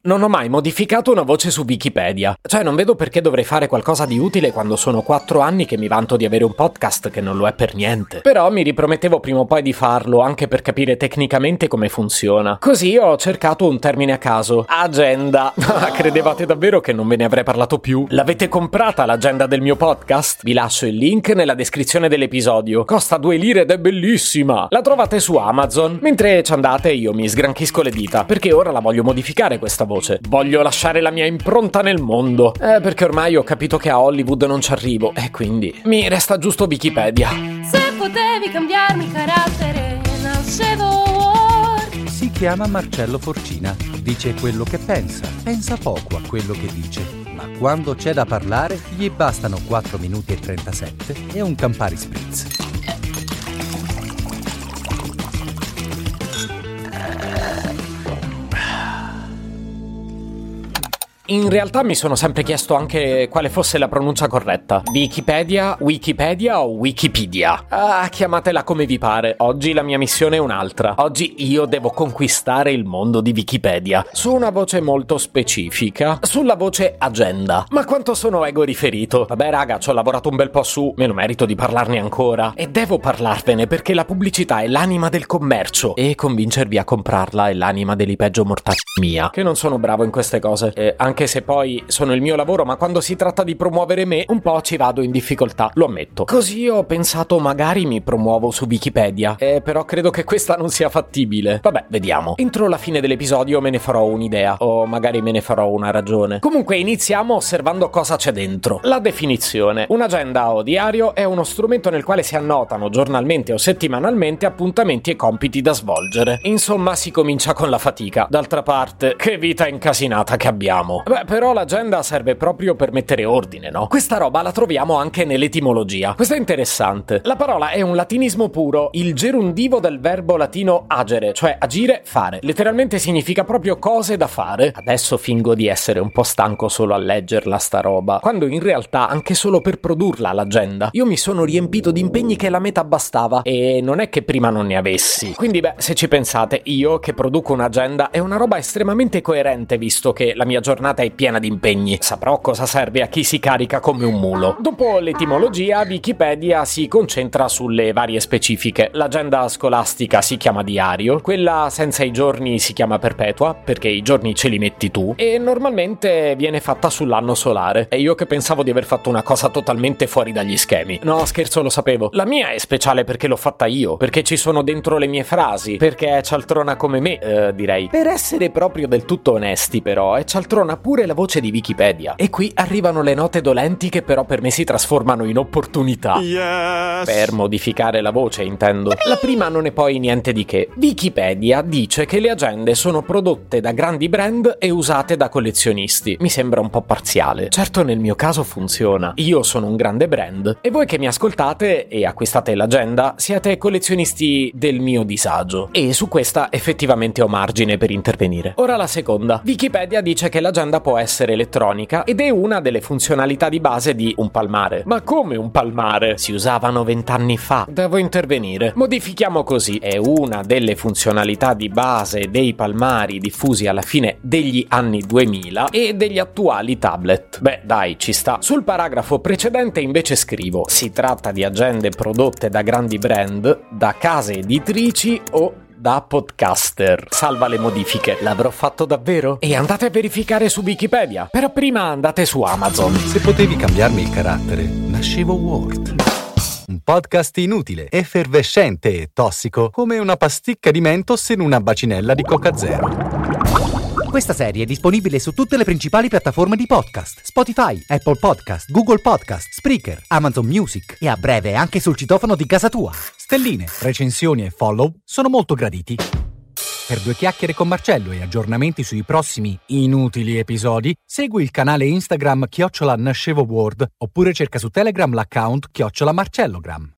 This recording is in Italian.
Non ho mai modificato una voce su Wikipedia. Cioè, non vedo perché dovrei fare qualcosa di utile quando sono 4 anni che mi vanto di avere un podcast che non lo è per niente. Però mi ripromettevo prima o poi di farlo, anche per capire tecnicamente come funziona. Così ho cercato un termine a caso. Agenda. Credevate davvero che non ve ne avrei parlato più? L'avete comprata l'agenda del mio podcast? Vi lascio il link nella descrizione dell'episodio. Costa 2 lire ed è bellissima. La trovate su Amazon. Mentre ci andate io mi sgranchisco le dita, perché ora la voglio modificare questa voce. Voglio lasciare la mia impronta nel mondo. Perché ormai ho capito che a Hollywood non ci arrivo. E quindi mi resta giusto Wikipedia. Se potevi cambiarmi carattere, nascevo Word. Si chiama Marcello Forcina. Dice quello che pensa. Pensa poco a quello che dice. Ma quando c'è da parlare, gli bastano 4 minuti e 37 e un Campari Spritz. In realtà mi sono sempre chiesto anche quale fosse la pronuncia corretta. Wikipedia, Wikipedia o Wikipedia? Chiamatela come vi pare. Oggi la mia missione è un'altra. Oggi io devo conquistare il mondo di Wikipedia. Su una voce molto specifica. Sulla voce agenda. Ma quanto sono ego riferito? Vabbè raga, ci ho lavorato un bel po' su. Me lo merito di parlarne ancora. E devo parlarvene perché la pubblicità è l'anima del commercio. E convincervi a comprarla è l'anima dell'ipeggio mortale mia. Che non sono bravo in queste cose. Anche se poi sono il mio lavoro, ma quando si tratta di promuovere me, un po' ci vado in difficoltà, lo ammetto. Così ho pensato magari mi promuovo su Wikipedia, però credo che questa non sia fattibile. Vabbè, vediamo. Entro la fine dell'episodio me ne farò un'idea, o magari me ne farò una ragione. Comunque iniziamo osservando cosa c'è dentro. La definizione. Un'agenda o diario è uno strumento nel quale si annotano giornalmente o settimanalmente appuntamenti e compiti da svolgere. Insomma, si comincia con la fatica. D'altra parte, che vita incasinata che abbiamo. Beh, però l'agenda serve proprio per mettere ordine, no? Questa roba la troviamo anche nell'etimologia. Questo è interessante. La parola è un latinismo puro, il gerundivo del verbo latino agere, cioè agire, fare. Letteralmente significa proprio cose da fare. Adesso fingo di essere un po' stanco solo a leggerla sta roba, quando in realtà anche solo per produrla l'agenda io mi sono riempito di impegni che la metà bastava, e non è che prima non ne avessi. Quindi beh, se ci pensate, io che produco un'agenda è una roba estremamente coerente, visto che la mia giornata è piena di impegni. Saprò cosa serve a chi si carica come un mulo. Dopo l'etimologia, Wikipedia si concentra sulle varie specifiche. L'agenda scolastica si chiama diario, quella senza i giorni si chiama perpetua, perché i giorni ce li metti tu, e normalmente viene fatta sull'anno solare. E io che pensavo di aver fatto una cosa totalmente fuori dagli schemi. No, scherzo, lo sapevo. La mia è speciale perché l'ho fatta io, perché ci sono dentro le mie frasi, perché è cialtrona come me, direi. Per essere proprio del tutto onesti, però, è cialtrona pure la voce di Wikipedia. E qui arrivano le note dolenti che però per me si trasformano in opportunità. Yes. Per modificare la voce, intendo. La prima non è poi niente di che. Wikipedia dice che le agende sono prodotte da grandi brand e usate da collezionisti. Mi sembra un po' parziale. Certo, nel mio caso funziona. Io sono un grande brand e voi che mi ascoltate e acquistate l'agenda siete collezionisti del mio disagio. E su questa effettivamente ho margine per intervenire. Ora la seconda. Wikipedia dice che l'agenda può essere elettronica ed è una delle funzionalità di base di un palmare. Ma come un palmare? Si usavano 20 anni fa. Devo intervenire. Modifichiamo così. È una delle funzionalità di base dei palmari diffusi alla fine degli anni 2000 e degli attuali tablet. Beh, dai, ci sta. Sul paragrafo precedente invece scrivo: si tratta di agende prodotte da grandi brand, da case editrici o da podcaster. Salva le modifiche. L'avrò fatto davvero? E andate a verificare su Wikipedia. Però prima andate su Amazon. Se potevi cambiarmi il carattere, nascevo Word. Un podcast inutile, effervescente e tossico, come una pasticca di Mentos in una bacinella di Coca Zero. Questa serie è disponibile su tutte le principali piattaforme di podcast: Spotify, Apple Podcast, Google Podcast, Spreaker, Amazon Music e a breve anche sul citofono di casa tua. Stelline, recensioni e follow sono molto graditi. Per 2 chiacchiere con Marcello e aggiornamenti sui prossimi inutili episodi, segui il canale Instagram @NascevoWord oppure cerca su Telegram l'account @MarcelloGram.